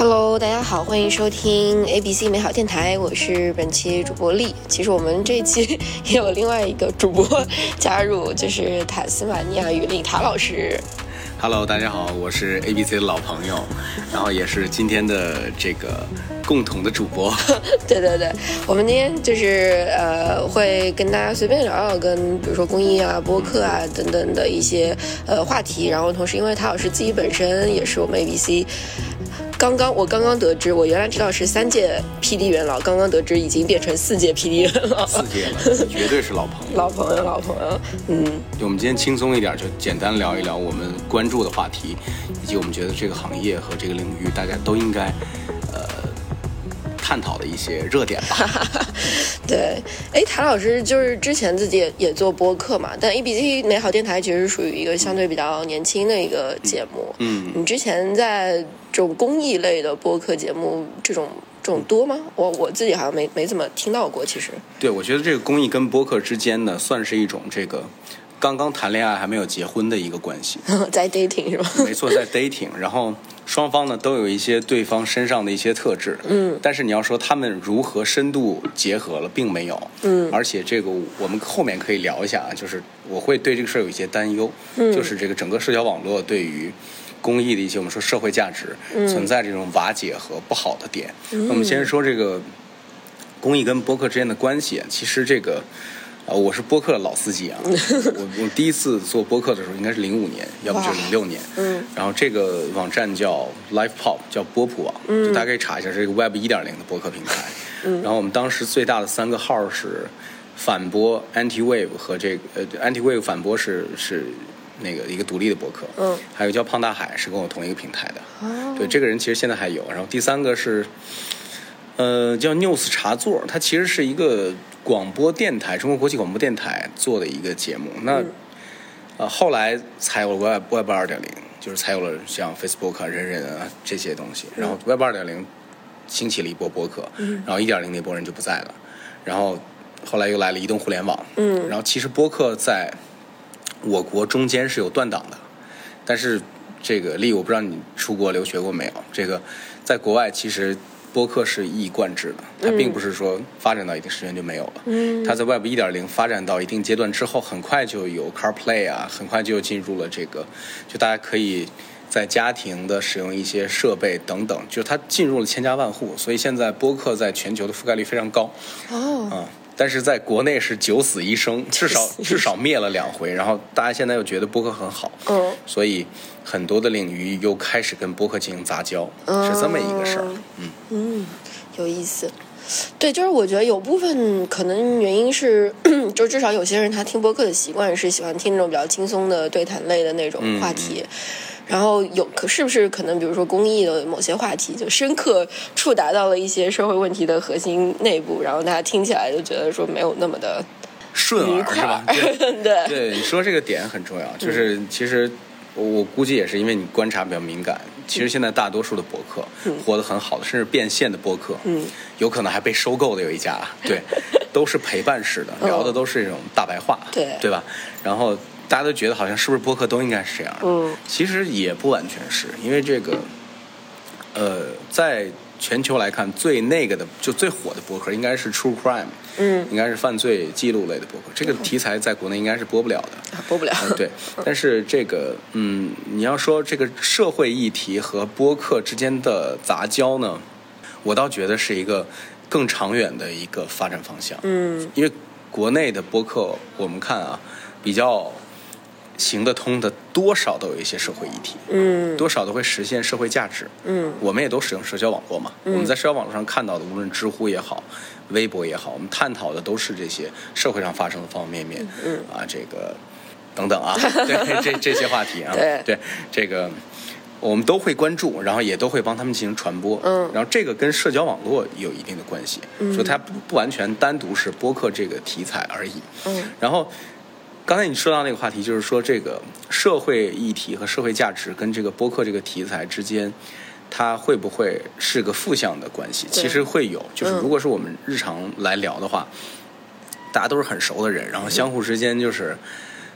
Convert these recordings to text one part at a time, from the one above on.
Hello， 大家好，欢迎收听 ABC 美好电台，我是本期主播丽。其实我们这一期也有另外一个主播加入，就是塔斯马尼亚语令塔老师。 Hello， 大家好，我是 ABC 的老朋友，然后也是今天的这个共同的主播。 对，我们今天就是会跟大家随便聊聊跟比如说公益啊、播客啊等等的一些话题，然后同时因为塔老师自己本身也是我们 ABC。我刚刚得知，我原来知道是3届 PD 元老，刚刚得知已经变成4届 PD 元老 ，4届了，绝对是老朋友。 老朋友， 我们今天轻松一点，就简单聊一聊我们关注的话题，以及我们觉得这个行业和这个领域大家都应该探讨的一些热点吧。 对，塔老师就是之前自己也做播客嘛，但 ABC 美好电台其实属于一个相对比较年轻的一个节目。你之前在这种公益类的播客节目这种多吗？我自己好像没怎么听到过。其实， 对，我觉得这个公益跟播客之间呢，算是一种这个刚刚谈恋爱还没有结婚的一个关系。 在 dating 是吧？ 没错，在 dating， 然后双方呢都有一些对方身上的一些特质，但是你要说他们如何深度结合了，并没有，而且这个我们后面可以聊一下，就是我会对这个事儿有一些担忧，就是这个整个社交网络对于公益的一些我们说社会价值存在这种瓦解和不好的点。那我们先说这个公益跟播客之间的关系，其实这个。我是播客的老司机啊，我第一次做播客的时候应该是05年，要不就是06年。然后这个网站叫 LivePop， 叫波普网，就大家可以查一下，这个 Web 1.0的播客平台。然后我们当时最大的3个号是反播 Anti-Wave 和这个Anti-Wave 反播是那个一个独立的播客，还有叫胖大海是跟我同一个平台的。对，这个人其实现在还有。然后第3个是叫 News 茶座，它其实是一个广播电台，中国国际广播电台做的一个节目。那后来才有了 Web 2.0， 就是才有了像 Facebook 啊、人啊这些东西。然后 Web 2.0 兴起了一波播客，然后 1.0 那波人就不在了。然后后来又来了移动互联网，然后其实播客在我国中间是有断档的，但是这个我不知道你出国留学过没有？这个在国外其实播客是一以贯之的，它并不是说发展到一定时间就没有了。它在 Web 1.0 发展到一定阶段之后，很快就有 CarPlay 啊，很快就进入了这个，就大家可以在家庭的使用一些设备等等，就是它进入了千家万户，所以现在播客在全球的覆盖率非常高。但是在国内是9死1生，至少灭了2回，然后大家现在又觉得播客很好，所以很多的领域又开始跟播客进行杂交，是这么一个事儿。 有意思。对，就是我觉得有部分可能原因是，就至少有些人他听播客的习惯是喜欢听那种比较轻松的对谈类的那种话题。然后是不是可能比如说公益的某些话题就深刻触达到了一些社会问题的核心内部，然后大家听起来就觉得说没有那么的顺耳，是吧？对，你说这个点很重要，就是其实我估计也是因为你观察比较敏感，其实现在大多数的播客活得很好的，甚至变现的播客，有可能还被收购的有一家，对，都是陪伴式的，聊的都是这种大白话，对吧？然后大家都觉得好像是不是播客都应该是这样的，其实也不完全是，因为这个在全球来看最那个的就最火的播客应该是 True Crime，应该是犯罪记录类的播客，这个题材在国内应该是播不了的， 播不了。 对，但是这个你要说这个社会议题和播客之间的杂交呢，我倒觉得是一个更长远的一个发展方向。因为国内的播客我们看啊，比较行得通的多少都有一些社会议题，多少都会实现社会价值，我们也都使用社交网络嘛，我们在社交网络上看到的，无论知乎也好，微博也好，我们探讨的都是这些社会上发生的方方面面，这个等等啊，对这些话题啊，对这个我们都会关注，然后也都会帮他们进行传播，然后这个跟社交网络有一定的关系，所以它不完全单独是播客这个题材而已，然后。刚才你说到那个话题，就是说这个社会议题和社会价值跟这个播客这个题材之间，它会不会是个负向的关系？其实会有，就是如果是我们日常来聊的话，大家都是很熟的人，然后相互之间就是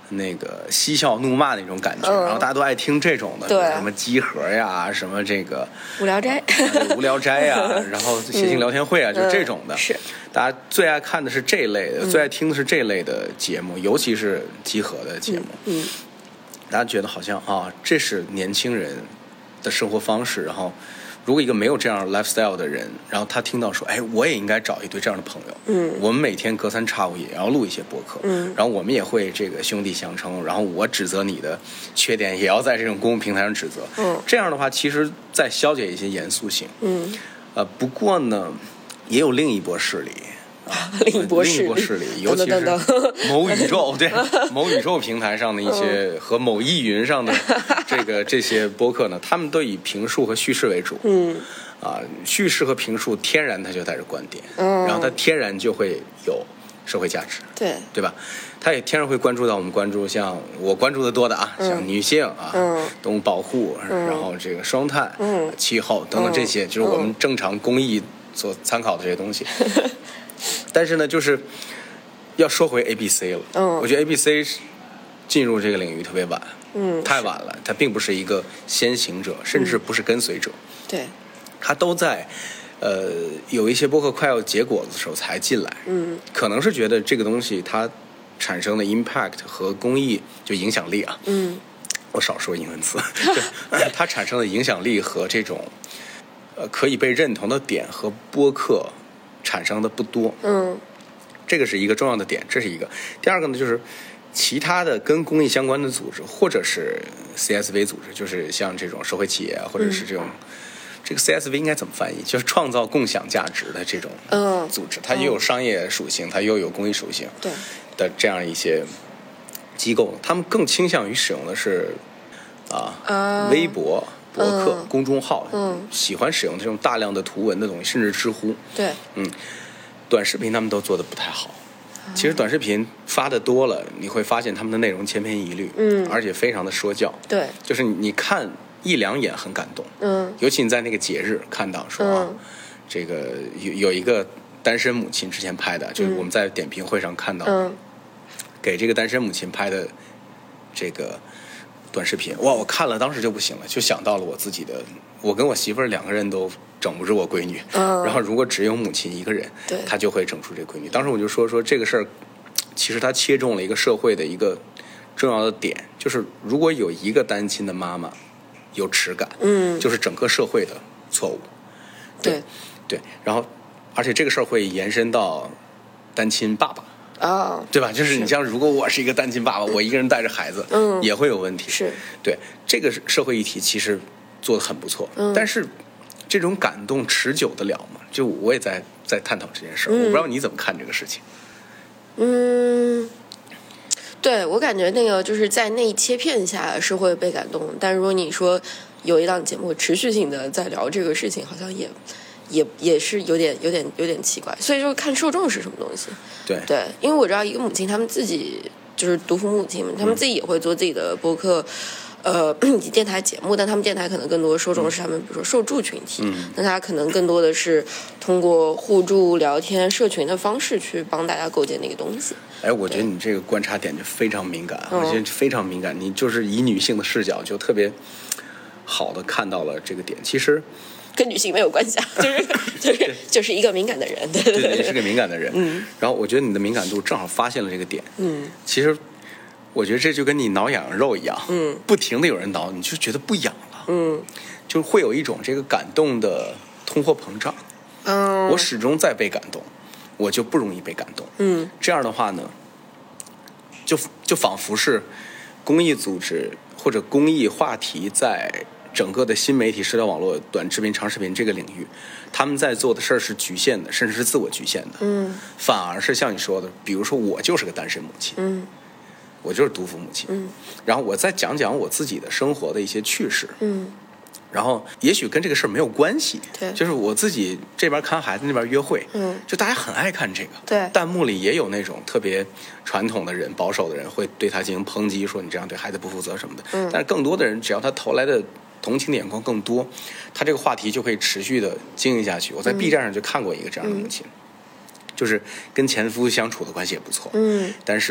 那个嬉笑怒骂那种感觉，然后大家都爱听这种的， 对， 什么集合呀，什么这个无聊斋， 无聊斋呀，然后谐星聊天会啊，就是这种的。 是， 大家最爱看的是这类的，最爱听的是这类的节目，尤其是集合的节目。大家觉得好像啊，这是年轻人的生活方式，然后。如果一个没有这样 lifestyle 的人，然后他听到说，哎，我也应该找一堆这样的朋友，我们每天隔三差五也要录一些播客，然后我们也会这个兄弟相称，然后我指责你的缺点，也要在这种公共平台上指责，这样的话，其实在消解一些严肃性，不过呢，也有另一波势力。另一波势力，尤其是某宇宙对某宇宙平台上的一些和某易云上的这些播客呢，他们都以评述和叙事为主。叙事和评述天然它就带着观点，然后它天然就会有社会价值，对吧？它也天然会关注到我们关注像我关注的多的啊，像女性啊，动物保护，然后这个双碳、气候等等这些，就是我们正常公益所参考的这些东西。但是呢，就是要说回 ABC 了。我觉得 ABC 进入这个领域特别晚，太晚了。它并不是一个先行者，甚至不是跟随者。 对， 它都在有一些播客快要结果子的时候才进来。可能是觉得这个东西它产生的 impact 和公益就影响力啊。我少说英文词。它产生的影响力和这种可以被认同的点和播客。产生的不多，这个是一个重要的点，这是一个。第二个呢，就是其他的跟公益相关的组织，或者是 CSV 组织，就是像这种社会企业，或者是这种，这个 CSV 应该怎么翻译？就是创造共享价值的这种组织，它也有商业属性，它又有公益属性， 对的这样一些机构，他们更倾向于使用的是微博。博客、公众号，喜欢使用这种大量的图文的东西，甚至知乎， 对， 短视频他们都做得不太好。其实短视频发的多了，你会发现他们的内容千篇一律，而且非常的说教， 对， 就是你看一两眼很感动，尤其你在那个节日看到说这个有一个单身母亲之前拍的，就是我们在点评会上看到，给这个单身母亲拍的这个。短视频哇，我看了当时就不行了，就想到了我自己的，我跟我媳妇儿2个人都整不住我闺女，然后如果只有母亲一个人，她就会整出这闺女。当时我就说这个事儿，其实它切中了一个社会的一个重要的点，就是如果有一个单亲的妈妈有耻感，就是整个社会的错误，对，然后而且这个事儿会延伸到单亲爸爸。对吧？就是你像，如果我是一个单亲爸爸，我一个人带着孩子，也会有问题。 是， 对这个社会议题其实做得很不错，但是这种感动持久得了吗？就我也在探讨这件事，我不知道你怎么看这个事情。 对我感觉那个就是在那一切片下是会被感动，但如果你说有一档节目持续性的在聊这个事情，好像也是有点奇怪，所以就看受众是什么东西。对，因为我知道一个母亲，他们自己就是独父母亲们，他们自己也会做自己的播客，以及电台节目，但他们电台可能更多的受众是他们，比如说受助群体，那他可能更多的是通过互助、聊天、社群的方式去帮大家构建那个东西。 哎，我觉得你这个观察点就非常敏感，我觉得非常敏感，你就是以女性的视角就特别好的看到了这个点，其实。 跟女性没有关系啊，就是一个敏感的人，对， 你是个敏感的人。然后我觉得你的敏感度正好发现了这个点。其实我觉得这就跟你挠痒痒肉一样，不停的有人挠，你就觉得不痒了，就会有一种这个感动的通货膨胀。我始终在被感动，我就不容易被感动。这样的话呢，就仿佛是公益组织或者公益话题在。整个的新媒体社交网络短视频长视频这个领域，他们在做的事儿是局限的，甚至是自我局限的。反而是像你说的，比如说我就是个单身母亲，我就是独父母亲，然后我再讲讲我自己的生活的一些趣事，然后也许跟这个事儿没有关系，就是我自己这边看孩子那边约会，就大家很爱看这个，弹幕里也有那种特别传统的人、保守的人会对他进行抨击，说你这样对孩子不负责什么的，但是更多的人只要他投来的同情的眼光更多，他这个话题就可以持续的经营下去。我在 B 站上就看过一个这样的母亲，就是跟前夫相处的关系也不错，但是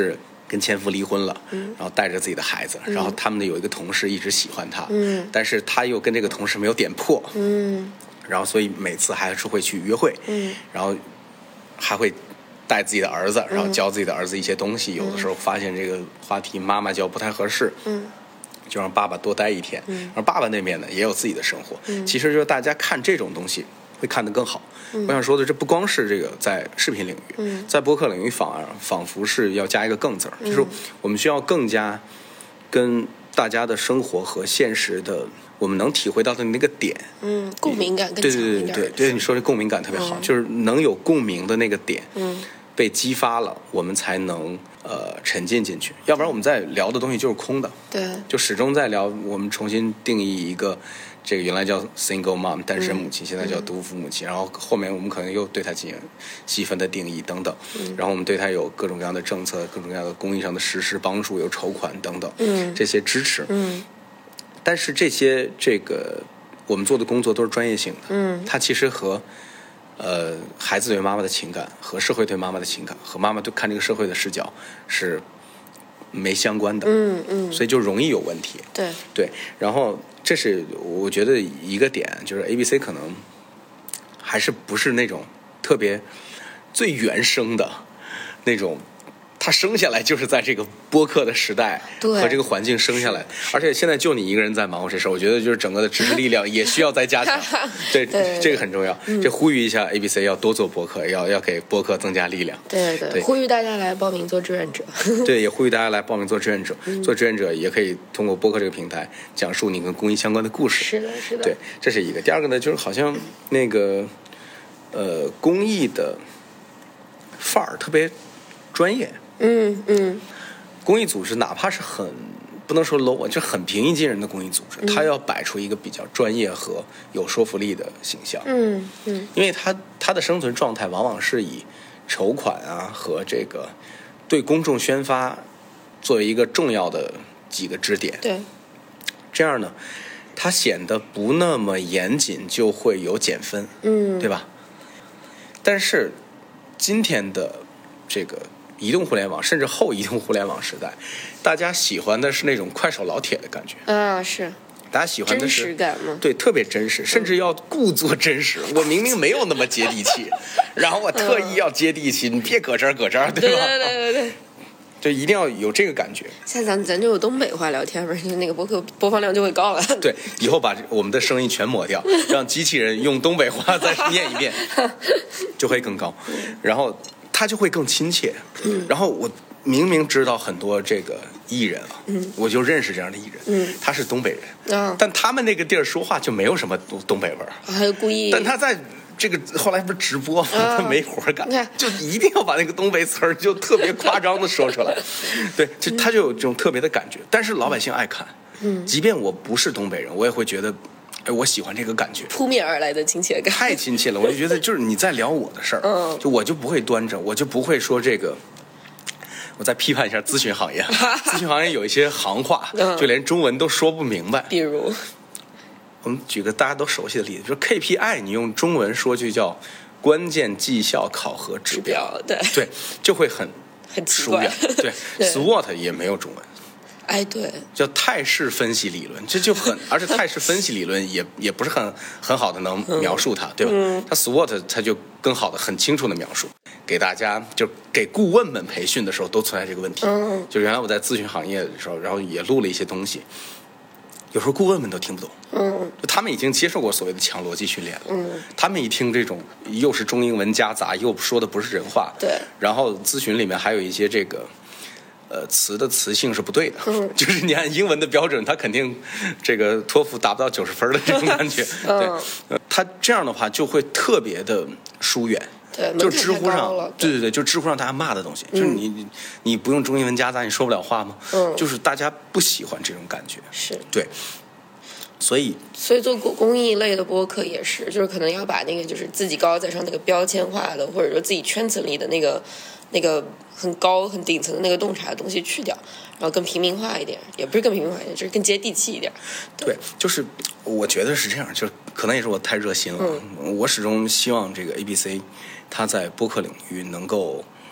跟前夫离婚了，然后带着自己的孩子，然后他们的有一个同事一直喜欢他，但是他又跟这个同事没有点破，然后所以每次还是会去约会，然后还会带自己的儿子，然后教自己的儿子一些东西，有的时候发现这个话题妈妈教不太合适，就让爸爸多待一天，而爸爸那边呢也有自己的生活，其实就是大家看这种东西会看得更好。我想说的，这不光是这个在视频领域，在播客领域仿佛是要加一个更字儿，就是我们需要更加跟大家的生活和现实的我们能体会到的那个点， 共鸣感更强一点。 对，你说这共鸣感特别好，就是能有共鸣的那个点，被激发了，我们才能沉浸进去，要不然我们在聊的东西就是空的。 对， 就始终在聊我们重新定义一个，这个原来叫 single mom 单身母亲，现在叫独父母亲，然后后面我们可能又对它进行细分的定义等等，然后我们对它有各种各样的政策、各种各样的公益上的实施帮助，有筹款等等，这些支持，但是这些我们做的工作都是专业性的，它其实和孩子对妈妈的情感和社会对妈妈的情感和妈妈对看这个社会的视角是没相关的，所以就容易有问题。对，然后这是我觉得一个点，就是 ABC 可能还是不是那种特别最原生的那种。他生下来就是在这个播客的时代和这个环境生下来，而且现在就你一个人在忙活这事儿，我觉得就是整个的支持力量也需要再加强。对，这个很重要。这呼吁一下 ABC 要多做播客，要给播客增加力量。 对，呼吁大家来报名做志愿者。 对，也呼吁大家来报名做志愿者。做志愿者也可以通过播客这个平台讲述你跟公益相关的故事。 是的。 对，这是一个。第二个呢，就是好像那个公益的范儿特别专业。公益组织哪怕是很不能说 low， 就很平易近人的公益组织，它要摆出一个比较专业和有说服力的形象。因为它的生存状态往往是以筹款啊和这个对公众宣发作为一个重要的几个支点。 对， 这样呢，它显得不那么严谨，就会有减分。对吧？但是今天的这个移动互联网，甚至后移动互联网时代，大家喜欢的是那种快手老铁的感觉。 是。 大家喜欢的是真实感吗？ 对，特别真实，甚至要故作真实。我明明没有那么接地气，然后我特意要接地气，你别搁这儿，对吧？ 对。 就一定要有这个感觉。 下次咱就有东北话聊天吧，那个播放量就会高了。 对，以后把我们的声音全抹掉，让机器人用东北话再念一遍，就会更高。然后他就会更亲切。然后我明明知道很多这个艺人啊，我就认识这样的艺人，他是东北人，但他们那个地儿说话就没有什么东北味儿， 还故意。 但他在这个后来不是直播吗？他没活干，就一定要把那个东北词儿就特别夸张的说出来。对，就他就有这种特别的感觉，但是老百姓爱看，即便我不是东北人，我也会觉得。我喜欢这个感觉， 扑面而来的亲切感， 太亲切了。我就觉得就是你在聊我的事儿，就我就不会端着，我就不会说这个。我再批判一下咨询行业，咨询行业有一些行话，就连中文都说不明白。 比如， 我们举个大家都熟悉的例子，就是 KPI， 你用中文说就叫关键绩效考核指标，对，就会很疏远。对，SWOT 也没有中文。 对， 叫态势分析理论，这就很，而且态势分析理论也不是很好的能描述它，对吧？它 SWOT 它就更好的、很清楚的描述，给大家就给顾问们培训的时候都存在这个问题。就原来我在咨询行业的时候，然后也录了一些东西，有时候顾问们都听不懂。就他们已经接受过所谓的强逻辑训练了。他们一听这种又是中英文夹杂，又说的不是人话， 对， 然后咨询里面还有一些这个。词的词性是不对的，就是你按英文的标准，他肯定这个托福达不到90分的这种感觉。对，他这样的话就会特别的疏远。 对， 就知乎上，对，就知乎上大家骂的东西，就是你不用中英文夹杂，你说不了话吗？就是大家不喜欢这种感觉。 是， 对。所以做公益类的播客也是，就是可能要把那个就是自己高在上那个标签化的，或者说自己圈层里的那个很高很顶层的那个洞察的东西去掉，然后更平民化一点，也不是更平民化一点，就是更接地气一点。 对，就是我觉得是这样，就可能也是我太热心了。我始终希望这个 ABC 它在播客领域能够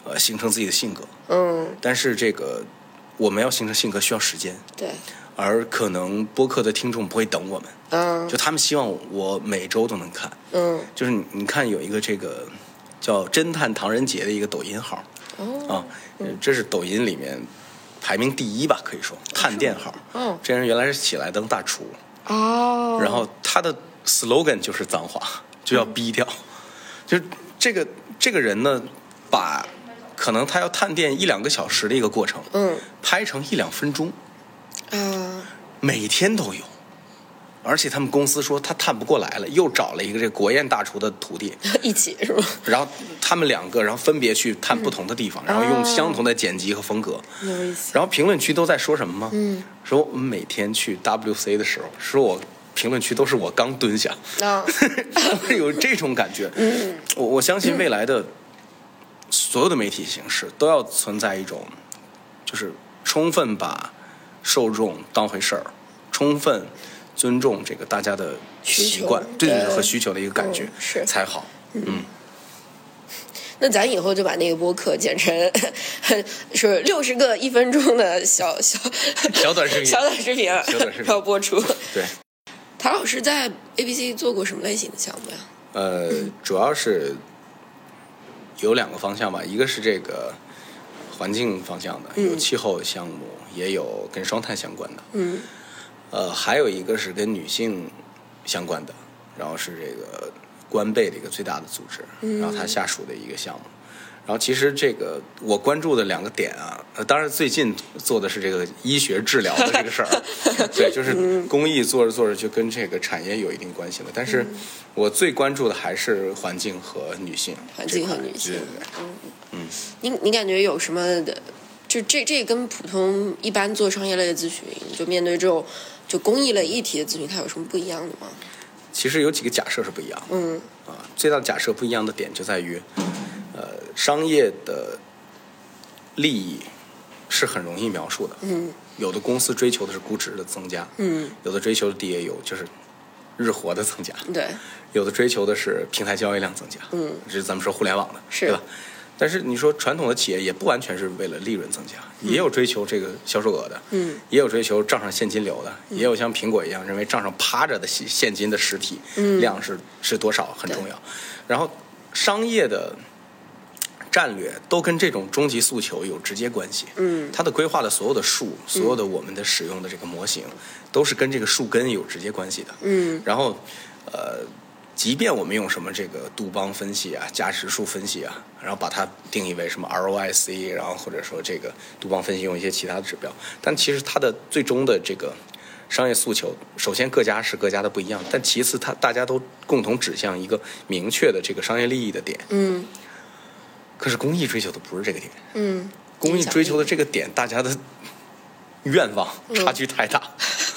形成自己的性格。但是这个我们要形成性格需要时间。 对。 而可能播客的听众不会等我们。就他们希望我每周都能看。就是你看有一个这个叫侦探唐人杰的一个抖音号。这是抖音里面排名第1吧，可以说探店号。这人原来是喜来登大厨。然后他的 slogan 就是脏话，就要逼掉。就这个人呢，把可能他要探店1-2个小时的一个过程，拍成1-2分钟。每天都有。而且他们公司说他探不过来了，又找了一个这国宴大厨的徒弟一起是吧？ 然后他们2个，然后分别去探不同的地方，然后用相同的剪辑和风格。 有意思。 然后评论区都在说什么吗？说我们每天去 WC 的时候，说我评论区都是我刚蹲下。有这种感觉。我相信未来的所有的媒体形式都要存在一种，就是充分把受众当回事儿，充分尊重这个大家的习惯，对和需求的一个感觉， 是才好。 那咱以后就把那个播客剪成是60个1分钟的小短视频， 然后播出。 对。 谭老师在 ABC 做过什么类型的项目呀？ 主要是有2个方向吧，一个是这个环境方向的，有气候项目，也有跟双碳相关的。还有一个是跟女性相关的，然后是这个关贝的一个最大的组织，然后它下属的一个项目。然后其实这个我关注的2个点啊，当然最近做的是这个医学治疗的这个事儿。对，就是公益做着做着就跟这个产业有一定关系了。但是我最关注的还是环境和女性。 环境和女性。 对。 你感觉有什么的？就这跟普通一般做商业类的咨询，就面对这种就公益类议题的咨询，它有什么不一样的吗？ 其实有几个假设是不一样的。最大的假设不一样的点就在于，商业的利益是很容易描述的。有的公司追求的是估值的增加。有的追求的 DAU 就是日活的增加。 对。 有的追求的是平台交易量增加。这是咱们说互联网的， 是对吧？但是你说传统的企业也不完全是为了利润增加，也有追求这个销售额的，也有追求账上现金流的，也有像苹果一样认为账上趴着的现金的实体量是多少很重要。然后商业的战略都跟这种终极诉求有直接关系。它的规划的所有的数，所有的我们的使用的这个模型，都是跟这个树根有直接关系的。然后即便我们用什么这个杜邦分析啊、价值数分析啊，然后把它定义为什么 ROIC， 然后或者说这个杜邦分析用一些其他的指标，但其实它的最终的这个商业诉求，首先各家是各家的不一样，但其次大家都共同指向一个明确的这个商业利益的点。可是公益追求的不是这个点。公益追求的这个点，大家的愿望差距太大。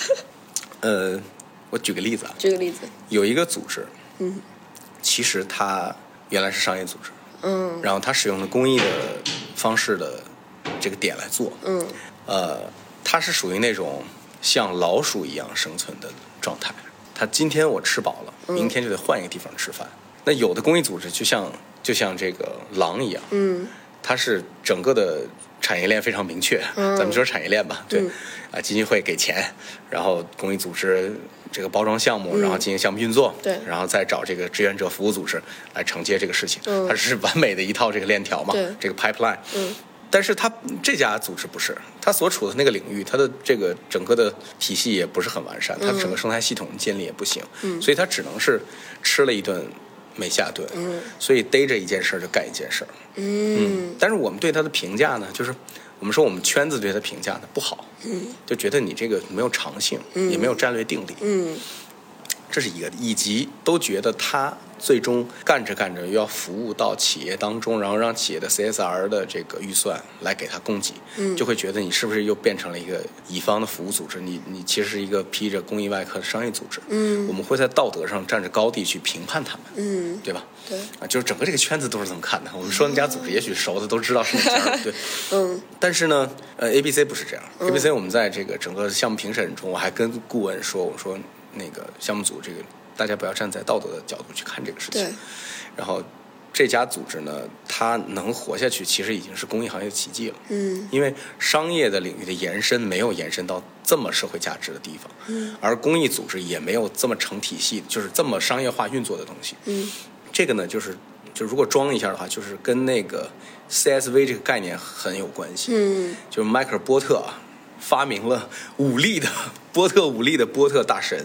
我举个例子啊。 举个例子。有一个组织。其实它原来是商业组织。然后它使用的公益的方式的这个点来做。它是属于那种像老鼠一样生存的状态。它今天我吃饱了，明天就得换一个地方吃饭。那有的公益组织就像这个狼一样。它是整个的产业链非常明确。咱们说产业链吧，对。基金会给钱，然后公益组织这个包装项目，然后进行项目运作， 对， 然后再找这个志愿者服务组织来承接这个事情。它是完美的一套这个链条嘛，这个 pipeline。但是它这家组织不是，它所处的那个领域，它的这个整个的体系也不是很完善，它整个生态系统建立也不行，所以它只能是吃了一顿没下顿，所以逮着一件事就干一件事。但是我们对它的评价呢，就是我们说我们圈子对它评价呢不好，就觉得你这个没有长性，也没有战略定力。这是一个，以及都觉得他最终干着干着又要服务到企业当中，然后让企业的 CSR 的这个预算来给他供给，就会觉得你是不是又变成了一个乙方的服务组织？你其实是一个披着公益外壳的商业组织。我们会在道德上站着高地去评判他们，对吧？ 对啊，就是整个这个圈子都是这么看的。我们说那家组织，也许熟的都知道是哪家，对，但是呢，ABC 不是这样。ABC 我们在这个整个项目评审中，我还跟顾问说，我说那个项目组这个大家不要站在道德的角度去看这个事情。然后这家组织呢，它能活下去，其实已经是公益行业的奇迹了。因为商业的领域的延伸没有延伸到这么社会价值的地方，而公益组织也没有这么成体系，就是这么商业化运作的东西。这个呢，就如果装一下的话，就是跟那个 CSV 这个概念很有关系。就是迈克尔波特发明了武力的波特大神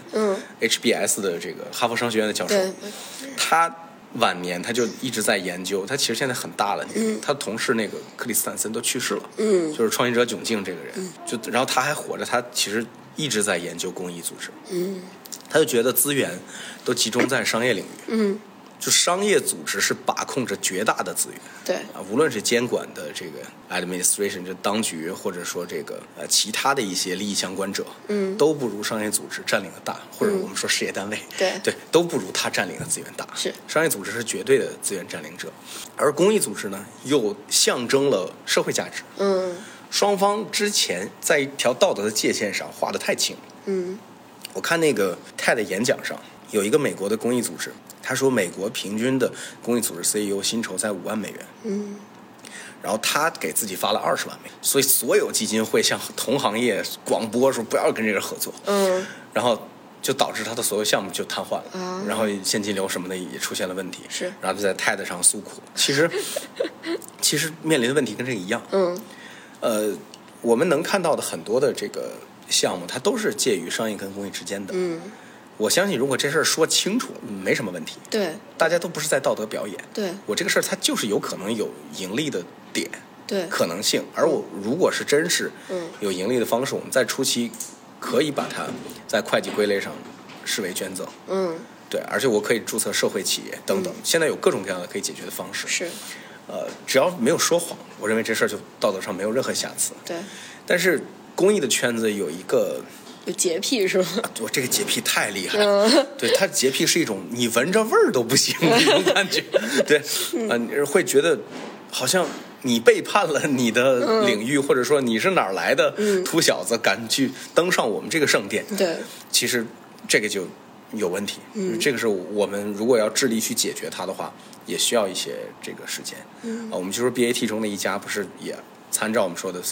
，HBS 的这个哈佛商学院的教授，他晚年他就一直在研究，他其实现在很大了，他的同事那个克里斯坦森都去世了，就是创业者窘境这个人，然后他还活着，他其实一直在研究公益组织，他就觉得资源都集中在商业领域，就商业组织是把控着绝大的资源， 对无论是监管的这个 administration 就当局，或者说这个其他的一些利益相关者，都不如商业组织占领的大，或者我们说事业单位，对，都不如他占领的资源大。 是商业组织是绝对的资源占领者，而公益组织呢，又象征了社会价值。双方之前在一条道德的界限上画得太清。我看那个TED演讲上有一个美国的公益组织。他说，美国平均的公益组织 CEO 薪酬在5万美元，然后他给自己发了20万美元，所以所有基金会向同行业广播说不要跟这个人合作，然后就导致他的所有项目就瘫痪了，然后现金流什么的也出现了问题，然后就在 TED 上诉苦。其实面临的问题跟这个一样，我们能看到的很多的这个项目，它都是介于商业跟公益之间的，我相信，如果这事儿说清楚，没什么问题。 对， 大家都不是在道德表演。 对， 我这个事儿它就是有可能有盈利的点， 对， 可能性。而我如果是真是有盈利的方式，我们在初期可以把它在会计归类上视为捐赠。对，而且我可以注册社会企业等等。现在有各种各样的可以解决的方式。 是， 只要没有说谎，我认为这事儿就道德上没有任何瑕疵。 对， 但是公益的圈子有一个。 有洁癖是吗？ 我这个洁癖太厉害了，对，他洁癖是一种你闻着味儿都不行那种感觉，对，你会觉得好像你背叛了你的领域，或者说你是哪儿来的土小子，敢去登上我们这个圣殿？ 对， 其实这个就有问题，这个是我们如果要致力去解决它的话，也需要一些这个时间。我们就说 BAT 中的一家不是也。参照我们说的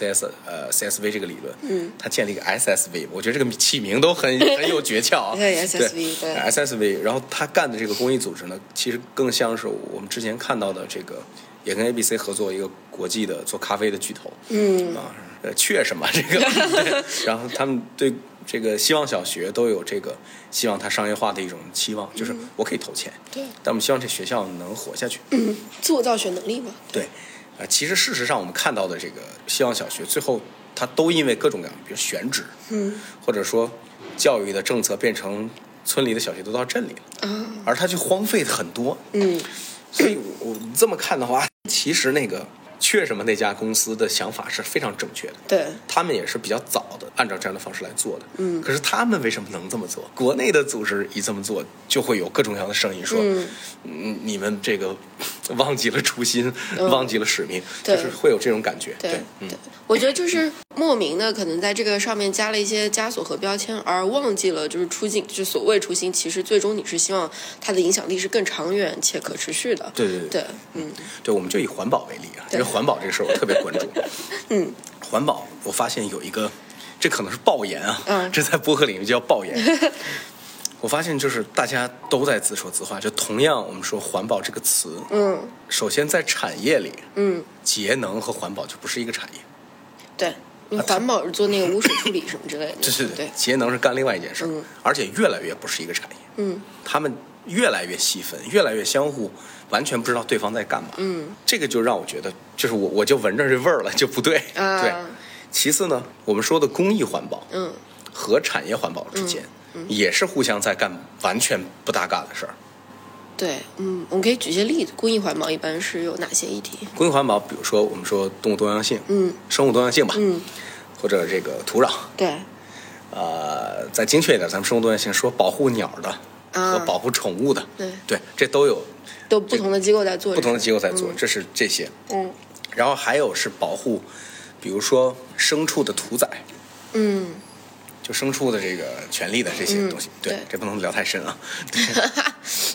CSV 这个理论，他建立一个 SSV， 我觉得这个起名都很有诀窍啊。 对 SSV， 对 SSV， 然后他干的这个公益组织呢，其实更像是我们之前看到的这个，也跟 ABC 合作一个国际的做咖啡的巨头，缺什么这个，对，然后他们对这个希望小学都有这个希望它商业化的一种期望，就是我可以投钱， 对， 但我们希望这学校能活下去， 自我造血能力嘛， 对。其实事实上我们看到的这个希望小学最后它都因为各种各样，比如选址，或者说教育的政策变成村里的小学都到镇里了，而它就荒废很多，所以我这么看的话，其实那个缺什么那家公司的想法是非常正确的， 对， 他们也是比较早的按照这样的方式来做的，可是他们为什么能这么做？国内的组织一这么做，就会有各种各样的声音说，你们这个忘记了初心，忘记了使命，就是会有这种感觉。对， 我觉得就是莫名的可能在这个上面加了一些枷锁和标签，而忘记了就是初心，就是所谓初心，其实最终你是希望它的影响力是更长远且可持续的。 对，对，我们就以环保为例啊，因为环保这个事儿我特别关注。环保，我发现有一个，这可能是爆言啊，这在播客领域叫爆言。我发现就是大家都在自说自话，就同样我们说环保这个词，首先在产业里，节能和环保就不是一个产业。 对，环保是做那个污水处理什么之类的。对， 节能是干另外一件事，而且越来越不是一个产业。他们越来越细分，越来越相互完全不知道对方在干嘛。这个就让我觉得，就是我就闻着这味儿了，就不对。对。其次呢，我们说的公益环保，和产业环保之间。也是互相在干完全不搭嘎的事儿。 对，我们可以举些例子。公益环保一般是有哪些议题？ 公益环保，比如说我们说动物多样性，生物多样性吧，或者这个土壤， 对， 再精确一点，咱们生物多样性说保护鸟的和保护宠物的，对，这都有， 都不同的机构在做， 不同的机构在做，这是这些，然后还有是保护，比如说牲畜的屠宰，就牲畜的这个权利的这些东西，对，这不能聊太深啊。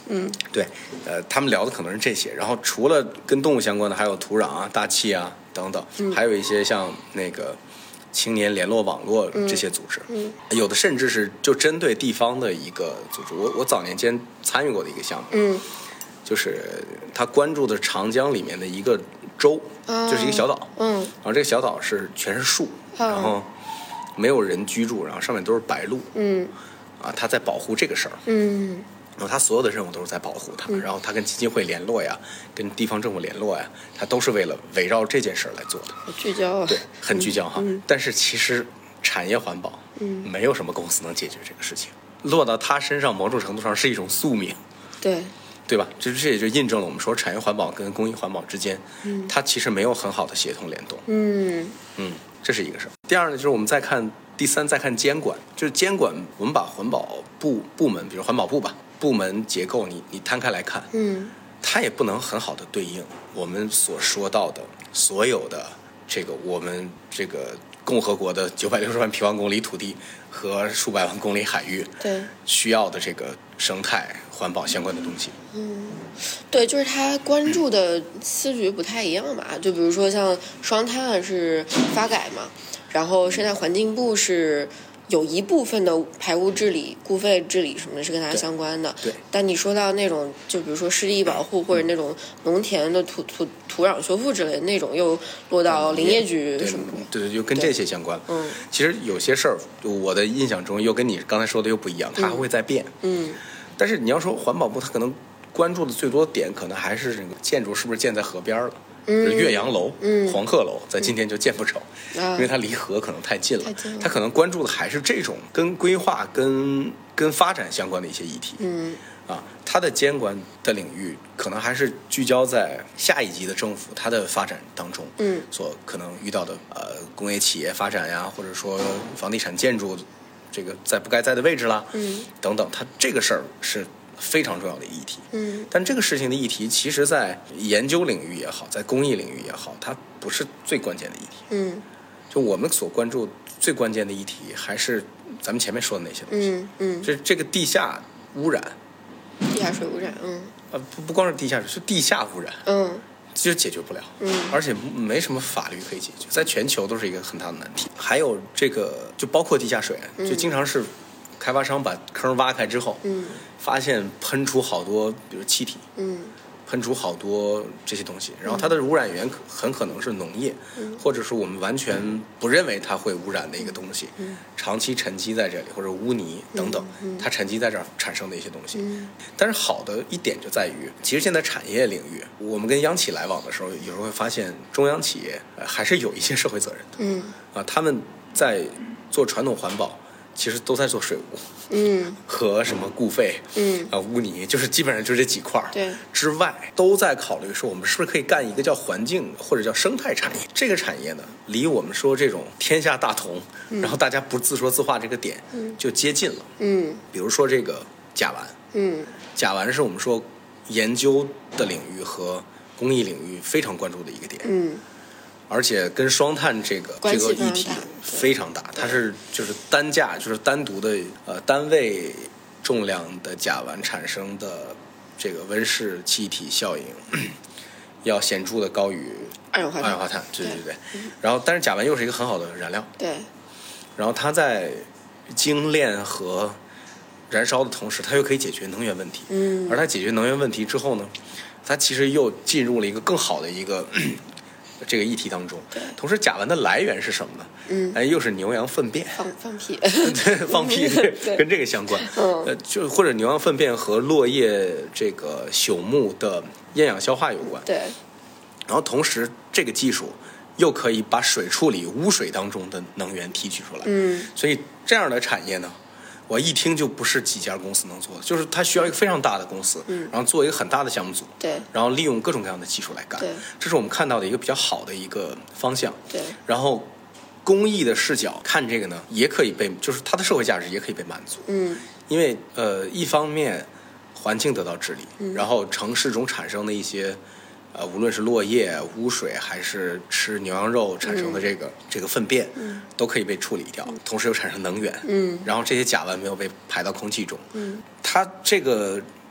对，他们聊的可能是这些。然后除了跟动物相关的，还有土壤啊、大气啊等等，还有一些像那个青年联络网络这些组织，有的甚至是就针对地方的一个组织。我早年间参与过的一个项目，就是他关注的长江里面的一个州，就是一个小岛，然后这个小岛是全是树，然后没有人居住，然后上面都是白鹭，他在保护这个事儿，然后他所有的任务都是在保护它，然后他跟基金会联络呀，跟地方政府联络呀，他都是为了围绕这件事儿来做的。 好聚焦啊！ 对，很聚焦哈。但是其实产业环保，没有什么公司能解决这个事情，落到他身上，某种程度上是一种宿命。对吧？这也就印证了我们说产业环保跟公益环保之间，它其实没有很好的协同联动。这是一个事儿。第二呢，就是我们第三再看监管，就是监管，我们把环保部门，比如环保部吧，部门结构你摊开来看，它也不能很好的对应我们所说到的所有的这个我们这个共和国的960万平方公里土地和数百万公里海域， 对， 需要的这个生态环保相关的东西。 对，就是他关注的思局不太一样嘛。就比如说像双碳是发改嘛，然后生态环境部是有一部分的排污治理、固废治理什么的是跟它相关的。 对。 但你说到那种，就比如说湿地保护或者那种农田的土壤修复之类的那种，又落到林业局什么的。 对，就跟这些相关。其实有些事儿，我的印象中又跟你刚才说的又不一样，它还会再变。但是你要说环保部，它可能关注的最多点，可能还是这个建筑是不是建在河边了。岳阳楼、黄鹤楼在今天就见不着，因为它离河可能太近了。它可能关注的还是这种跟规划、跟发展相关的一些议题。它的监管的领域可能还是聚焦在下一级的政府它的发展当中，所可能遇到的工业企业发展呀，或者说房地产建筑这个在不该在的位置啦，等等，它这个事儿是非常重要的议题。但这个事情的议题，其实在研究领域也好，在公益领域也好，它不是最关键的议题。就我们所关注最关键的议题，还是咱们前面说的那些东西。这个地下污染， 地下水污染， 不光是地下水，是地下污染，其实解决不了，而且没什么法律可以解决，在全球都是一个很大的难题。还有这个，就包括地下水，就经常是开发商把坑挖开之后，发现喷出好多，比如气体，喷出好多这些东西，然后它的污染源很可能是农业，或者是我们完全不认为它会污染的一个东西，长期沉积在这里，或者污泥等等，它沉积在这儿产生的一些东西。但是好的一点就在于，其实现在产业领域，我们跟央企来往的时候，有时候会发现中央企业还是有一些社会责任的。他们在做传统环保，其实都在做水污，和什么固废，污泥，就是基本上就这几块之外，都在考虑说我们是不是可以干一个叫环境或者叫生态产业。这个产业呢，离我们说这种天下大同，然后大家不自说自话这个点就接近了。比如说这个甲烷，甲烷是我们说研究的领域和公益领域非常关注的一个点。而且跟双碳这个议题非常大，它是就是单价，就是单独的单位重量的甲烷产生的这个温室气体效应，要显著的高于二氧化碳。对。然后，但是甲烷又是一个很好的燃料。对。然后它在精炼和燃烧的同时，它又可以解决能源问题。而它解决能源问题之后呢，它其实又进入了一个更好的一个这个议题当中。同时甲烷的来源是什么呢？又是牛羊粪便， 放屁对，放屁，对，跟这个相关。就或者牛羊粪便和落叶这个朽木的厌氧消化有关。对。然后同时这个技术又可以把水处理污水当中的能源提取出来。所以这样的产业呢，我一听就不是几家公司能做的，就是它需要一个非常大的公司，然后做一个很大的项目组，然后利用各种各样的技术来干。这是我们看到的一个比较好的一个方向。然后公益的视角看这个呢，也可以被，就是它的社会价值也可以被满足。因为一方面环境得到治理，然后城市中产生的一些无论是落叶、污水，还是吃牛羊肉产生的这个粪便，都可以被处理掉，同时又产生能源。然后这些甲烷没有被排到空气中。它这个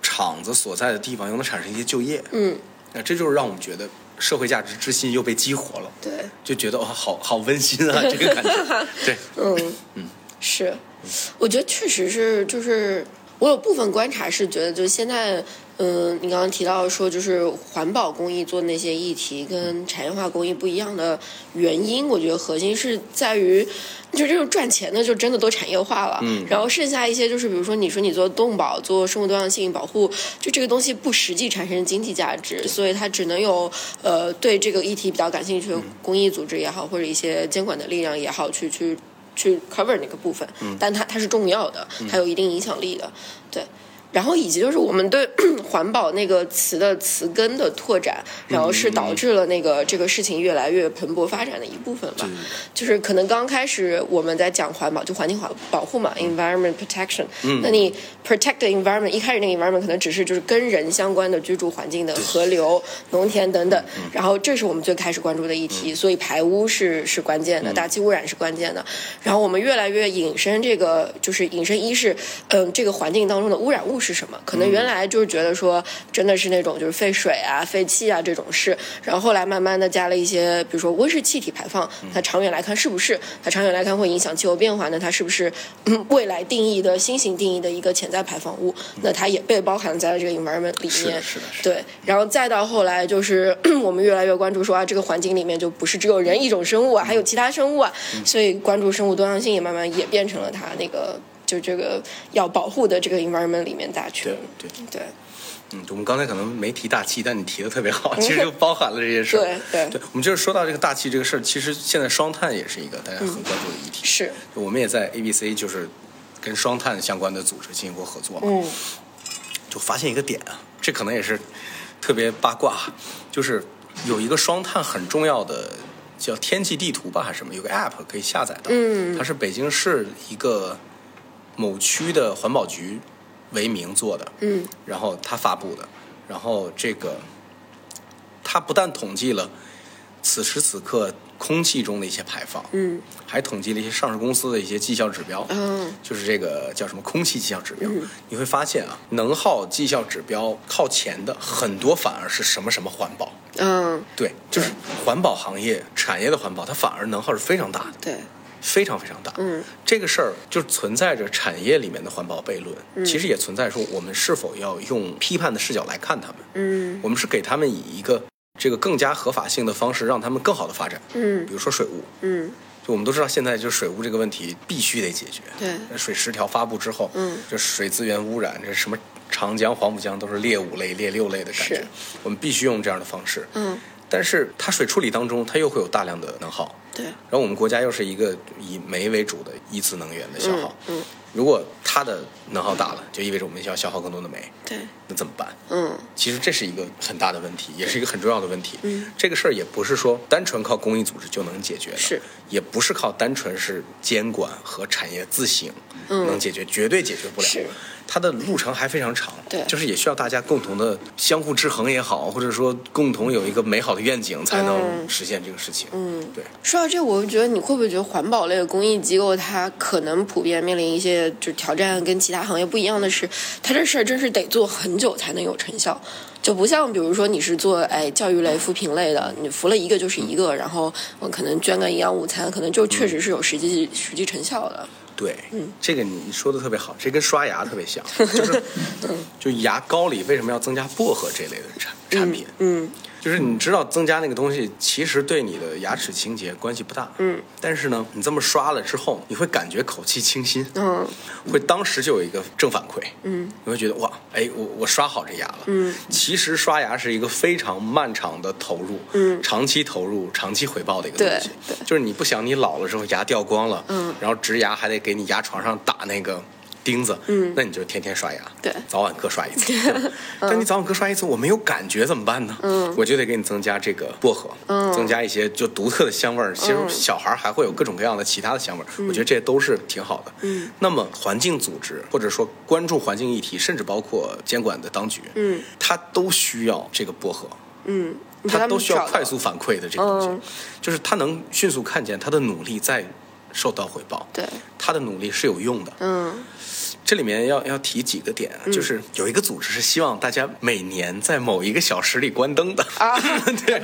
厂子所在的地方又能产生一些就业，这就是让我们觉得社会价值之心又被激活了， 对， 就觉得好温馨啊，这个感觉，对， 是，我觉得确实是，就是我有部分观察是觉得，就是现在，你刚刚提到说，就是环保工艺做那些议题跟产业化工艺不一样的原因，我觉得核心是在于，就这种赚钱的就真的都产业化了，然后剩下一些就是比如说你说你做动保、做生物多样性保护，就这个东西不实际产生经济价值，所以它只能有对这个议题比较感兴趣的公益组织也好，或者一些监管的力量也好，去 cover 那个部分，但它是重要的，它有一定影响力的，对。然后以及就是我们对环保那个词的词根的拓展，然后是导致了这个事情越来越蓬勃发展的一部分吧。就是可能刚开始我们在讲环保，就环境保护嘛，environment protection。那你 protect the environment， 一开始那个 environment 可能只是就是跟人相关的居住环境的河流、农田等等，然后这是我们最开始关注的议题，所以排污是关键的，大气污染是关键的。然后我们越来越引申这个，就是引申一是这个环境当中的污染物是什么？可能原来就是觉得说真的是那种就是废水啊、废气啊这种事，然后后来慢慢的加了一些，比如说温室气体排放，它长远来看是不是？它长远来看会影响气候变化呢？它是不是未来定义的新型定义的一个潜在排放物？那它也被包含在了这个 environment 里面。 是的。 对，然后再到后来就是我们越来越关注说啊，这个环境里面就不是只有人一种生物啊，还有其他生物啊，所以关注生物多样性也慢慢也变成了它那个。就这个要保护的这个 environment 里面大群，对。 我们刚才可能没提大气，但你提的特别好，其实就包含了这些事儿。对，我们就是说到这个大气这个事儿，其实现在双碳也是一个大家很关注的议题。 是， 我们也在 ABC 就是跟双碳相关的组织进行过合作嘛。就发现一个点啊，这可能也是特别八卦，就是有一个双碳很重要的叫天气地图吧还是什么，有个 app 可以下载到。它是北京市一个某区的环保局为名做的，然后他发布的，然后这个他不但统计了此时此刻空气中的一些排放，还统计了一些上市公司的一些绩效指标，就是这个叫什么空气绩效指标。你会发现啊，能耗绩效指标靠前的很多反而是什么什么环保，对，就是环保行业产业的环保，它反而能耗是非常大的， 对。 非常非常大，这个事儿就存在着产业里面的环保悖论，其实也存在说我们是否要用批判的视角来看他们，我们是给他们以一个这个更加合法性的方式，让他们更好的发展，比如说水务，就我们都知道现在就水务这个问题必须得解决， 对， 水10条发布之后，就水资源污染，这什么长江、黄浦江都是列5类、列6类的感觉，我们必须用这样的方式，但是它水处理当中，它又会有大量的能耗， 对。 然后我们国家又是一个以煤为主的一次能源的消耗，如果它的能耗大了，就意味着我们要消耗更多的煤， 对。 那怎么办？其实这是一个很大的问题，也是一个很重要的问题。这个事儿也不是说单纯靠公益组织就能解决的， 是， 也不是靠单纯是监管和产业自省能解决，绝对解决不了。 是。 它的路程还非常长， 对， 就是也需要大家共同的相互制衡也好，或者说共同有一个美好的愿景，才能实现这个事情。对。 说到这，我就觉得你会不会觉得环保类的公益机构，它可能普遍面临一些就挑战，跟其他行业不一样的是，它这事儿真是得做很久才能有成效。就不像比如说你是做教育类、扶贫类的，你扶了一个就是一个，然后可能捐个营养午餐，可能就确实是有实际成效的。 对，这个你说的特别好，这跟刷牙特别像，就是就牙膏里为什么要增加薄荷这类的产品？就是你知道增加那个东西其实对你的牙齿清洁关系不大，但是呢，你这么刷了之后，你会感觉口气清新，会当时就有一个正反馈，你会觉得哇，我刷好这牙了，其实刷牙是一个非常漫长的投入，长期投入、长期回报的一个东西，就是你不想你老了之后牙掉光了，然后植牙还得给你牙床上打那个钉子，那你就天天刷牙， 对， 早晚各刷一次。但你早晚各刷一次，我没有感觉怎么办呢？我就得给你增加这个薄荷，增加一些就独特的香味儿。其实小孩还会有各种各样的其他的香味儿，我觉得这些都是挺好的。那么环境组织或者说关注环境议题，甚至包括监管的当局，它都需要这个薄荷。它都需要快速反馈的这个东西，就是他能迅速看见他的努力在受到回报， 对， 他的努力是有用的。这里面要提几个点，就是有一个组织是希望大家每年在某一个小时里关灯的啊， 对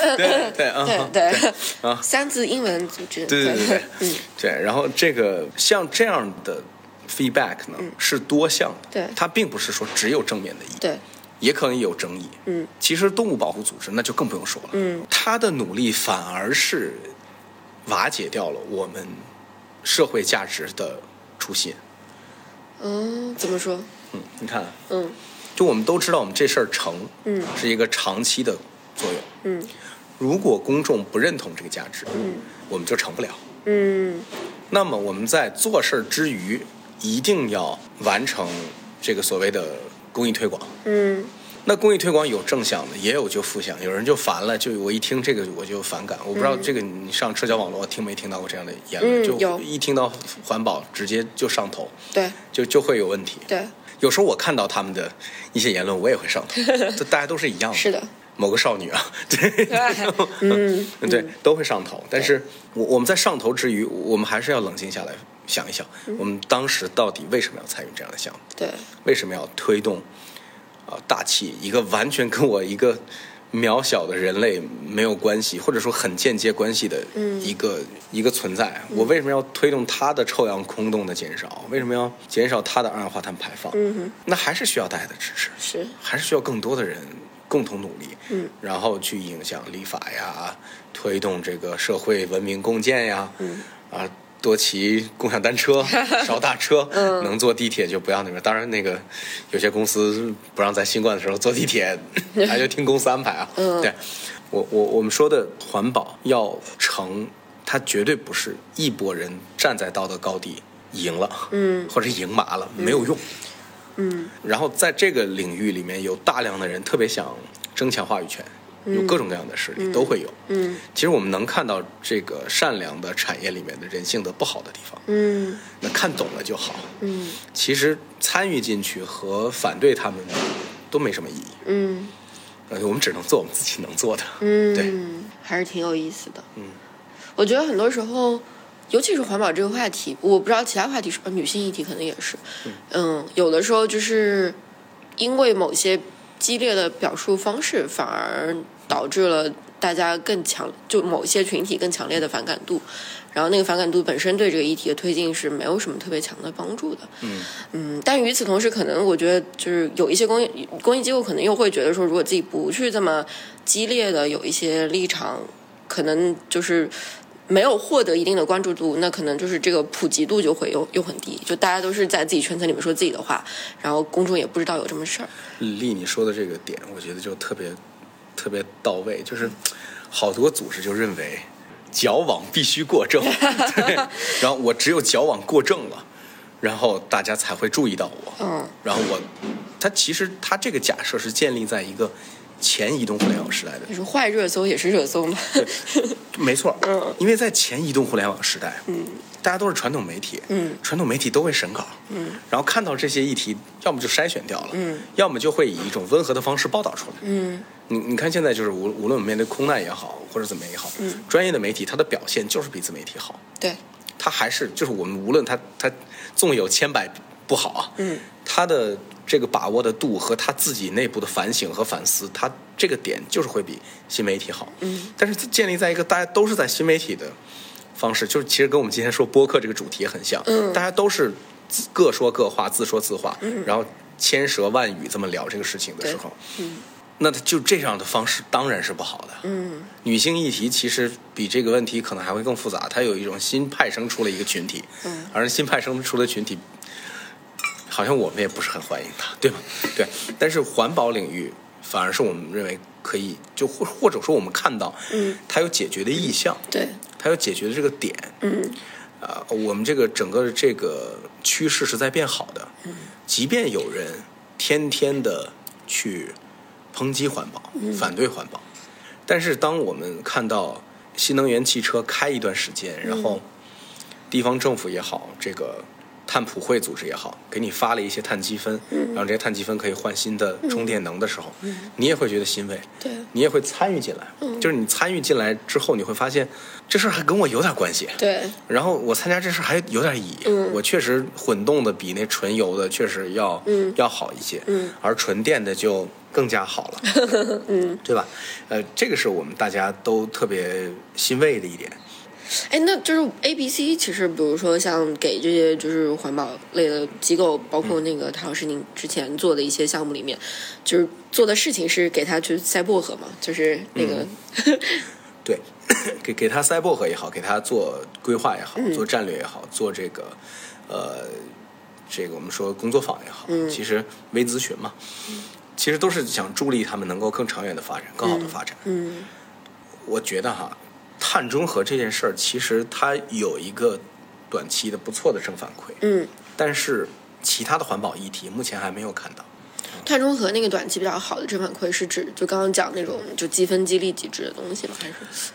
三字英文组织， 对，对，然后像这样的 feedback 呢，是多项的， 对， 它并不是说只有正面的意义， 对， 也可能有争议，其实动物保护组织那就更不用说了，它的努力反而是瓦解掉了我们社会价值的初心。 怎么说？ 你看，就我们都知道，我们这事儿成，是一个长期的作用，如果公众不认同这个价值，我们就成不了，那么我们在做事儿之余，一定要完成这个所谓的公益推广，那公益推广有正向的，也有就负向，有人就烦了，就我一听这个我就反感。我不知道这个你上社交网络听没听到过这样的言论，就一听到环保直接就上头， 对， 就会有问题。 对， 有时候我看到他们的一些言论，我也会上头，大家都是一样的。 是的， 某个少女啊，对，对，都会上头。但是我们在上头之余，我们还是要冷静下来想一想，我们当时到底为什么要参与这样的项目？对，为什么要推动？大气一个完全跟我一个渺小的人类没有关系，或者说很间接关系的一个存在，我为什么要推动它的臭氧空洞的减少？为什么要减少它的二氧化碳排放？那还是需要大家的支持，是还是需要更多的人共同努力，然后去影响立法呀，推动这个社会文明共建呀，多骑共享单车，少打车，能坐地铁就不要那边。当然，那个有些公司不让在新冠的时候坐地铁，还就听公司安排啊。对，我们说的环保要成，它绝对不是一拨人站在道德高地赢了，或者赢麻了，没有用。然后在这个领域里面有大量的人特别想争强话语权。有各种各样的势力都会有，其实我们能看到这个善良的产业里面的人性的不好的地方，那看懂了就好，其实参与进去和反对他们都没什么意义，我们只能做我们自己能做的，对， 还是挺有意思的，我觉得很多时候，尤其是环保这个话题，我不知道其他话题是女性议题可能也是，有的时候就是因为某些激烈的表述方式，反而导致了大家就某些群体更强烈的反感度，然后那个反感度本身对这个议题的推进是没有什么特别强的帮助的。但与此同时，可能我觉得就是有一些公益机构可能又会觉得说，如果自己不去这么激烈的有一些立场，可能就是没有获得一定的关注度，那可能就是这个普及度就会又很低，就大家都是在自己圈层里面说自己的话，然后公众也不知道有这么事儿。 丽，你说的这个点，我觉得就特别到位，就是好多组织就认为矫枉必须过正，对，然后我只有矫枉过正了，然后大家才会注意到我，然后他其实他这个假设是建立在一个前移动互联网时代的， 就是坏热搜也是热搜嘛， 没错，因为在前移动互联网时代，大家都是传统媒体，传统媒体都会审稿，然后看到这些议题，要么就筛选掉了，要么就会以一种温和的方式报道出来，你看现在就是无论我们面对空难也好，或者怎么也好，专业的媒体它的表现就是比自媒体好， 对， 它还是就是我们无论它纵有千百不好啊，它的这个把握的度和他自己内部的反省和反思，他这个点就是会比新媒体好。但是建立在一个大家都是在新媒体的方式，就是其实跟我们今天说播客这个主题也很像，大家都是各说各话，自说自话，然后千舌万语这么聊这个事情的时候，那就这样的方式当然是不好的。女性议题其实比这个问题可能还会更复杂，它有一种新派生出了一个群体，而新派生出的群体好像我们也不是很欢迎它，对吗？对，但是环保领域反而是我们认为可以，就或者说我们看到，它有解决的意向，对，它有解决的这个点，我们这个整个这个趋势是在变好的，即便有人天天的去抨击环保、反对环保，但是当我们看到新能源汽车开一段时间，然后地方政府也好，这个碳普惠组织也好，给你发了一些碳积分，然后这些碳积分可以换新的充电能的时候，你也会觉得欣慰， 对， 你也会参与进来，就是你参与进来之后，你会发现这事儿还跟我有点关系， 对， 然后我参加这事儿还有点意义，我确实混动的比那纯油的确实要好一些，而纯电的就更加好了，对吧？这个是我们大家都特别欣慰的一点。 哎，那就是 ABC， 其实比如说像给这些就是环保类的机构，包括那个陶老师您之前做的一些项目里面，就是做的事情是给他去塞薄荷嘛，就是那个， 对，给他塞薄荷也好，给他做规划也好，做战略也好，做这个这个我们说工作坊也好，其实微咨询嘛，其实都是想助力他们能够更长远的发展，更好的发展。我觉得哈。碳中和这件事儿，其实它有一个短期的不错的正反馈，但是其他的环保议题目前还没有看到。 碳中和那个短期比较好的正反馈是指就刚刚讲那种就积分激励机制的东西吗？还是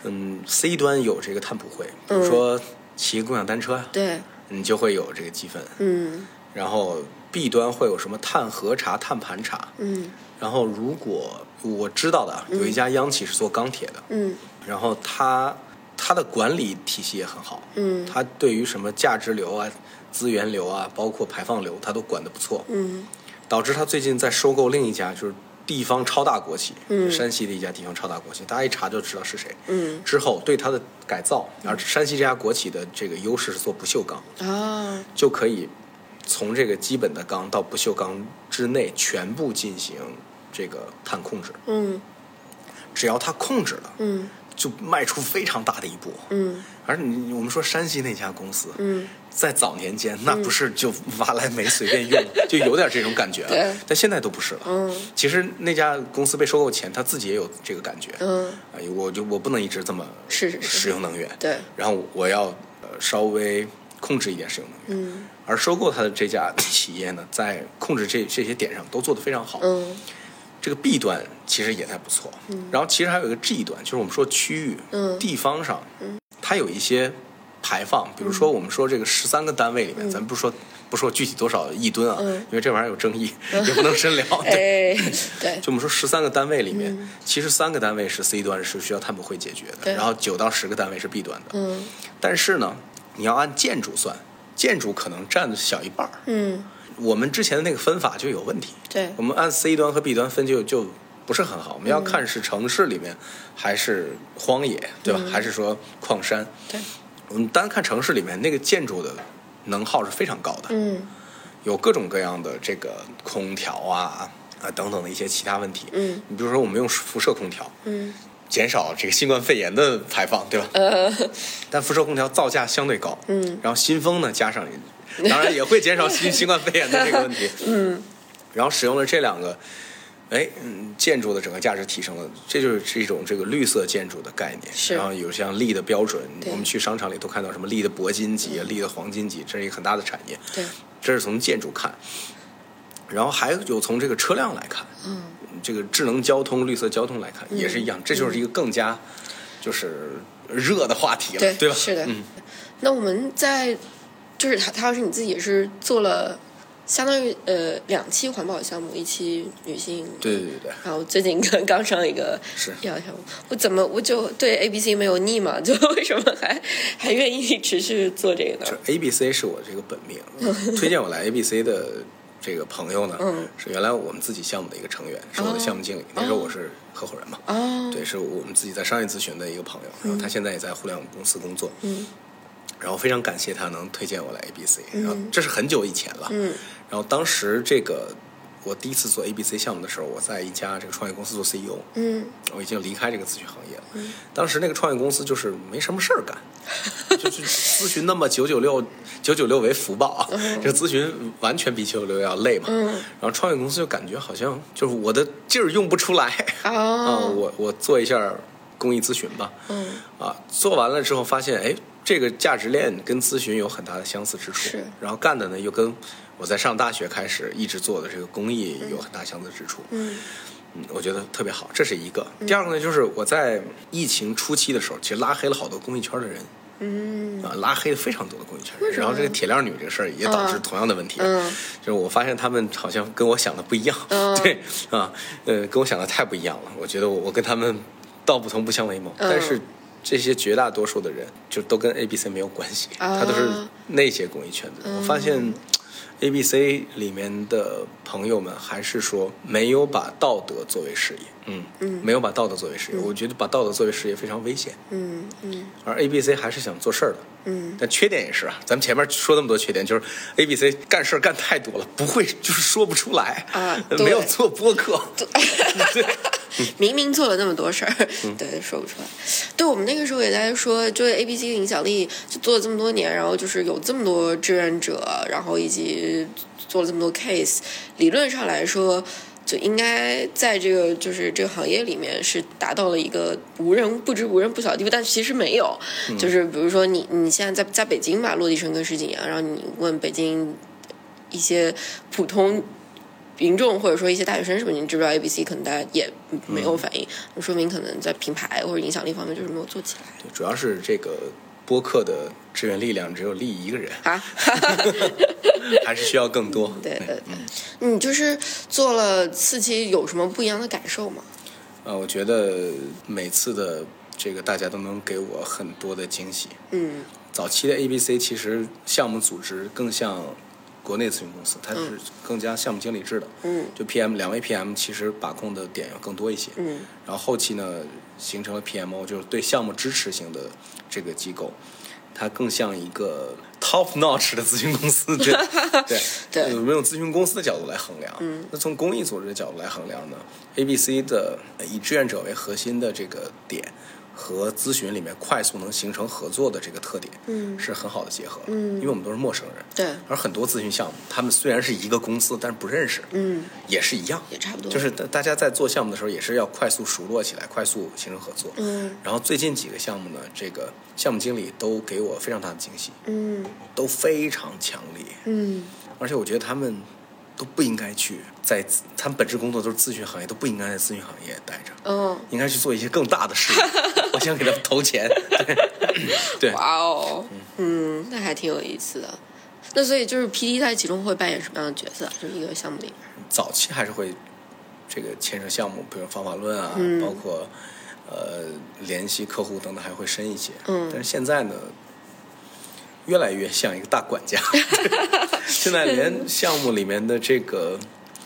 ？C 端有这个碳普惠，比如说骑共享单车呀， 对， 你就会有这个积分，然后 B 端会有什么碳核查、碳盘查，然后如果我知道的有一家央企是做钢铁的，然后它的管理体系也很好，它对于什么价值流啊、资源流啊，包括排放流，它都管得不错，导致它最近在收购另一家就是地方超大国企，山西的一家地方超大国企，大家一查就知道是谁，之后对它的改造，而山西这家国企的这个优势是做不锈钢，就可以从这个基本的钢到不锈钢之内全部进行这个碳控制，只要它控制了，就迈出非常大的一步，而我们说山西那家公司，在早年间那不是就挖来煤随便用，就有点这种感觉了，但现在都不是了。其实那家公司被收购前，他自己也有这个感觉，我不能一直这么使用能源， 对， 然后我要稍微控制一点使用能源，而收购他的这家企业呢，在控制这些点上都做得非常好，这个 B 端其实也还不错，然后其实还有一个 G 端，就是我们说区域、地方上，它有一些排放，比如说我们说这个13个单位里面，咱不说具体多少亿吨啊，因为这玩意儿有争议，也不能深聊。对，就我们说13个单位里面，其实3个单位是 C 端是需要碳普惠解决的，然后9到10个单位是 B 端的，但是呢，你要按建筑算，建筑可能占小一半，我们之前的那个分法就有问题， 对， 我们按 C 端和 B 端分就不是很好，我们要看是城市里面还是荒野，对吧？还是说矿山？ 对， 我们单看城市里面那个建筑的能耗是非常高的，有各种各样的这个空调啊等等的一些其他问题，你比如说我们用辐射空调，减少这个新冠肺炎的排放，对吧？但辐射空调造价相对高，然后新风呢加上，当然也会减少新冠肺炎的这个问题，然后使用了这两个，建筑的整个价值提升了，这就是一种这个绿色建筑的概念。然后有像LEED的标准，我们去商场里都看到什么LEED的铂金级、LEED的黄金级，这是一个很大的产业。 对， 这是从建筑看，然后还有从这个车辆来看，这个智能交通、绿色交通来看也是一样，这就是一个更加就是热的话题了，对吧？ 是的。那我们在就是他要是你自己也是做了。相当于2期环保项目，1期女性， 对， 然后最近刚上一个医疗项目，我就对 ABC 没有腻嘛，就为什么还愿意持续做这个呢 ？ABC 是我这个本命，推荐我来 ABC 的这个朋友呢，是原来我们自己项目的一个成员，是我的项目经理，那时候我是合伙人嘛，对，是我们自己在商业咨询的一个朋友，然后他现在也在互联网公司工作，然后非常感谢他能推荐我来 ABC，然后这是很久以前了，然后当时这个我第一次做 ABC 项目的时候，我在一家这个创业公司做 CEO，我已经离开这个咨询行业了，当时那个创业公司就是没什么事儿干，就是咨询那么996为福报，这个咨询完全比996要累嘛，然后创业公司就感觉好像就是我的劲儿用不出来，我做一下公益咨询吧，做完了之后发现这个价值链跟咨询有很大的相似之处，然后干的呢又跟我在上大学开始一直做的这个公益有很大相似之处，我觉得特别好，这是一个。第二个呢，就是我在疫情初期的时候，其实拉黑了好多公益圈的人， 拉黑了非常多的公益圈，然后这个铁链女这个事儿也导致同样的问题，就是我发现他们好像跟我想的不一样，对跟我想的太不一样了，我觉得我跟他们道不同不相为谋，但是这些绝大多数的人就都跟 ABC 没有关系，他都是那些公益圈子，我发现ABC 里面的朋友们还是说没有把道德作为事业，没有把道德作为事业，我觉得把道德作为事业非常危险，而 ABC 还是想做事儿的，但缺点也是啊，咱们前面说那么多缺点，就是 ABC 干事干太多了，不会就是说不出来没有做播客，对。 明明做了那么多事儿，对，说不出来。对，我们那个时候也在说，就是 ABC 的影响力就做了这么多年，然后就是有这么多志愿者，然后以及做了这么多 case， 理论上来说，就应该在这个就是这个行业里面是达到了一个无人不知无人不晓的地步，但其实没有。就是比如说你现在在北京吧，落地生根十几年，然后你问北京一些普通民众或者说一些大学生是不是你知不知道 ABC， 可能大家也没有反应，说明可能在品牌或者影响力方面就是没有做起来。 对，主要是这个播客的支援力量只有力一个人啊，还是需要更多。 对，你就是做了4期，有什么不一样的感受吗？ 我觉得每次的这个大家都能给我很多的惊喜。早期的 ABC 其实项目组织更像国内咨询公司，它是更加项目经理制的，就 PM 2位 PM 其实把控的点要更多一些，然后后期呢形成了 PMO， 就是对项目支持型的这个机构，它更像一个 top notch 的咨询公司，对，我们用咨询公司的角度来衡量，那从公益组织的角度来衡量呢 ，ABC 的以志愿者为核心的这个点。和咨询里面快速能形成合作的这个特点，是很好的结合，因为我们都是陌生人， 对， 而很多咨询项目，他们虽然是一个公司，但是不认识，也是一样， 也差不多， 就是大家在做项目的时候，也是要快速熟络起来，快速形成合作，然后最近几个项目呢，这个项目经理都给我非常大的惊喜，都非常强烈，而且我觉得他们都不应该去在他们本职工作都是咨询行业，都不应该在咨询行业待着，应该去做一些更大的事业。我想给他们投钱，对， 哇哦，那还挺有意思的。那所以就是 PD 在其中会扮演什么样的角色？就是一个项目里面， 早期还是会这个牵涉项目，比如方法论啊，包括联系客户等等，还会深一些。但是现在呢，越来越像一个大管家。现在连项目里面的这个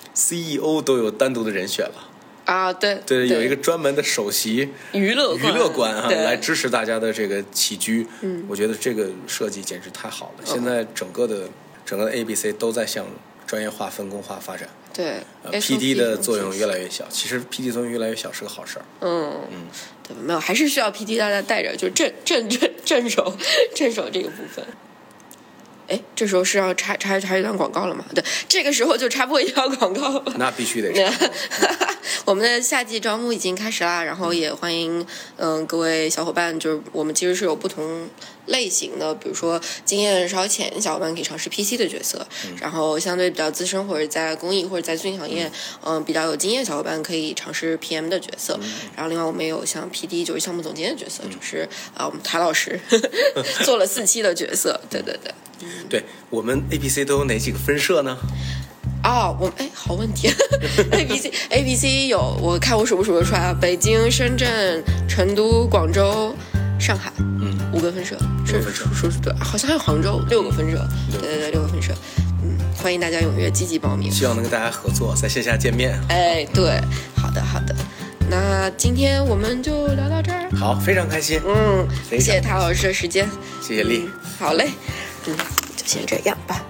CEO 都有单独的人选了。 啊，对， 有一个专门的首席娱乐官啊，来支持大家的这个起居。我觉得这个设计简直太好了。现在整个的 ABC 都在向专业化、分工化发展。 对 ，PD 的作用越来越小。其实 PD 作用越来越小是个好事儿。 对，没有，还是需要 PD 大家带着，就镇守这个部分。哎，这时候是要插一段广告了吗？对，这个时候就插播一条广告了。 那必须得插。 我们的夏季招募已经开始啦，然后也欢迎各位小伙伴，就是我们其实是有不同类型的，比如说经验稍浅小伙伴可以尝试 PC 的角色，然后相对比较资深或者在公益或者在咨询行业比较有经验小伙伴可以尝试 PM 的角色，然后另外我们也有像 PD 就是项目总监的角色，就是我们谭老师做了4期的角色，对， 对，我们 ABC 都有哪几个分社呢？ 好问题。ABC 有，我看我数不数得出来啊？北京、深圳、成都、广州、上海，5个分社，说对，好像还有杭州6个分社，对，6个分社。欢迎大家踊跃积极报名， 希望能跟大家合作，在线下见面。 对，好的。那今天我们就聊到这儿。 好，非常开心。 谢谢谭老师的时间， 谢谢丽。 好嘞，就先这样吧。